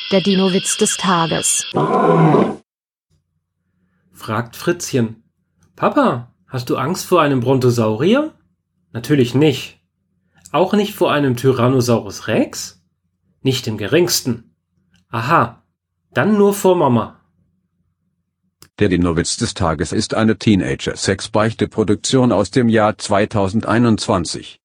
Der Dino-Witz des Tages. Fragt Fritzchen: Papa, hast du Angst vor einem Brontosaurier? Natürlich nicht. Auch nicht vor einem Tyrannosaurus Rex? Nicht im geringsten. Aha, dann nur vor Mama. Der Dino-Witz des Tages ist eine Teenager-Sex-Beichte-Produktion aus dem Jahr 2021.